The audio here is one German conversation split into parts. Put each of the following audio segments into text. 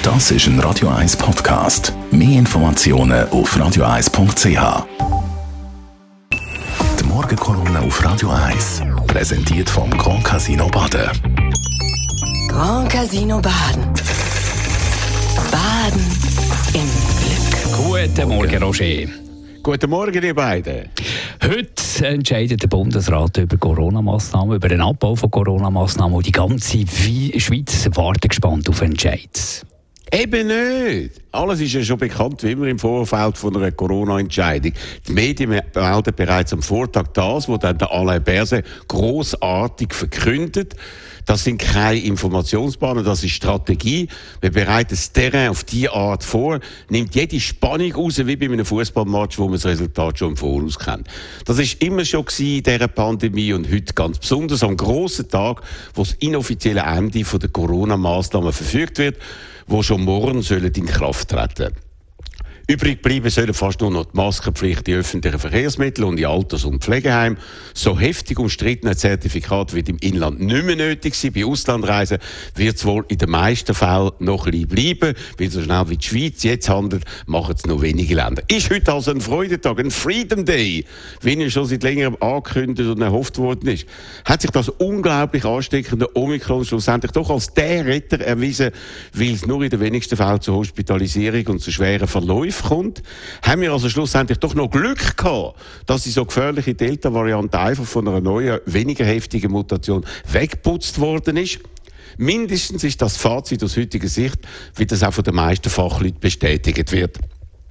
Das ist ein Radio 1 Podcast. Mehr Informationen auf radio1.ch. Die Morgenkolumne auf Radio 1 präsentiert vom Grand Casino Baden. Grand Casino Baden. Baden im Glück. Guten Morgen, Roger. Guten Morgen, ihr beiden. Heute entscheidet der Bundesrat über Corona-Massnahmen, über den Abbau von Corona-Massnahmen, und die ganze Schweiz wartet gespannt auf Entscheid. Eben nicht. Alles ist ja schon bekannt, wie immer im Vorfeld von einer Corona-Entscheidung. Die Medien melden bereits am Vortag das, was dann der Alain Berset grossartig verkündet. Das sind keine Informationsbahnen, das ist Strategie. Wir bereiten das Terrain auf diese Art vor, nimmt jede Spannung raus, wie bei einem Fußballmatch, wo man das Resultat schon im Voraus kennt. Das ist immer schon in dieser Pandemie und heute ganz besonders am grossen Tag, wo das inoffizielle Ende der Corona-Massnahmen verfügt wird, die schon morgen in Kraft treten sollen. Übrig bleiben sollen fast nur noch die Maskenpflicht in öffentlichen Verkehrsmitteln und in Alters- und Pflegeheimen. So heftig umstrittene Zertifikat wird im Inland nicht mehr nötig sein. Bei Auslandreisen wird es wohl in den meisten Fällen noch ein bisschen bleiben, weil so schnell wie die Schweiz jetzt handelt, machen es noch wenige Länder. Ist heute also ein Freudentag, ein Freedom Day, wie er schon seit längerem angekündigt und erhofft worden ist. Hat sich das unglaublich ansteckende Omikron schlussendlich doch als der Retter erwiesen, weil es nur in den wenigsten Fällen zur Hospitalisierung und zu schweren Verläufen kommt, haben wir also schlussendlich doch noch Glück gehabt, dass die so gefährliche Delta-Variante einfach von einer neuen, weniger heftigen Mutation weggeputzt worden ist. Mindestens ist das Fazit aus heutiger Sicht, wie das auch von den meisten Fachleuten bestätigt wird.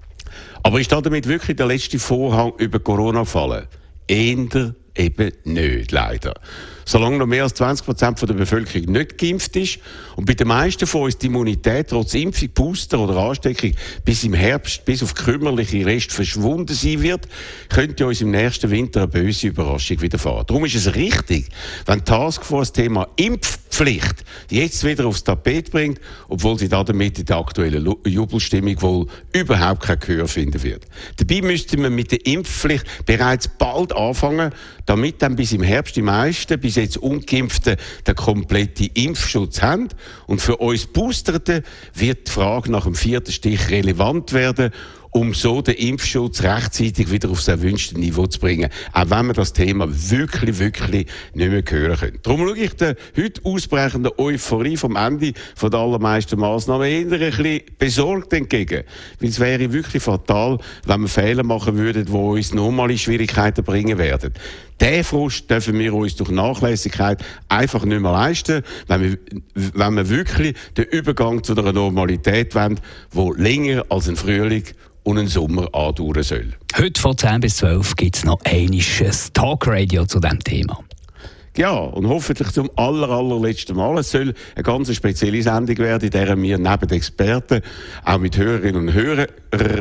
Aber ist damit wirklich der letzte Vorhang über Corona gefallen? Eher eben nicht, leider. Solange noch mehr als 20% der Bevölkerung nicht geimpft ist und bei den meisten von uns die Immunität trotz Impfung, Booster oder Ansteckung bis im Herbst, bis auf kümmerliche Rest verschwunden sein wird, könnte uns im nächsten Winter eine böse Überraschung widerfahren. Darum ist es richtig, wenn die Taskforce das Thema Impfpflicht jetzt wieder aufs Tapet bringt, obwohl sie damit in der aktuellen Jubelstimmung wohl überhaupt kein Gehör finden wird. Dabei müsste man mit der Impfpflicht bereits bald anfangen, damit dann bis im Herbst die meisten, bis jetzt Ungeimpften, den kompletten Impfschutz haben. Und für uns Boosterten wird die Frage nach dem 4. Stich relevant werden, um so den Impfschutz rechtzeitig wieder auf das erwünschte Niveau zu bringen. Auch wenn wir das Thema wirklich nicht mehr hören können. Darum schaue ich der heute ausbrechenden Euphorie vom Ende der allermeisten Massnahmen eher ein bisschen besorgt entgegen. Weil es wäre wirklich fatal, wenn wir Fehler machen würden, die uns normale Schwierigkeiten bringen werden. Den Frust dürfen wir uns durch Nachlässigkeit einfach nicht mehr leisten, wenn wir wirklich den Übergang zu einer Normalität wollen, die länger als ein Frühling und ein Sommer andauern soll. Heute von 10 bis 12 gibt es noch ein Talkradio zu diesem Thema. Ja, und hoffentlich zum allerletzten Mal. Es soll eine ganz spezielle Sendung werden, in der wir neben den Experten auch mit Hörerinnen und Hörern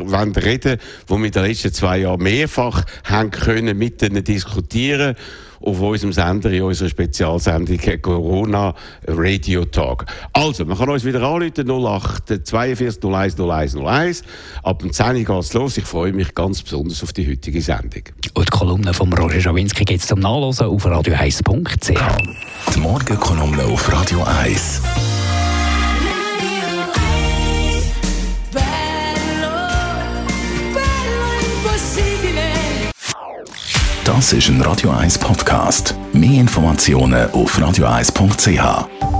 reden, die wir in den letzten 2 Jahren mehrfach haben können mit ihnen diskutieren auf unserem Sender, in unserer Spezialsendung Corona Radio Talk. Also, man kann uns wieder anrufen, 08 42 01 01 01. Ab dem 10 Uhr geht's los. Ich freue mich ganz besonders auf die heutige Sendung. Und die Kolumne von Roger Schawinski gibt es zum Nachlesen auf radio1.ch. Die Morgenkolumne auf Radio 1. Das ist ein Radio 1 Podcast. Mehr Informationen auf radio1.ch.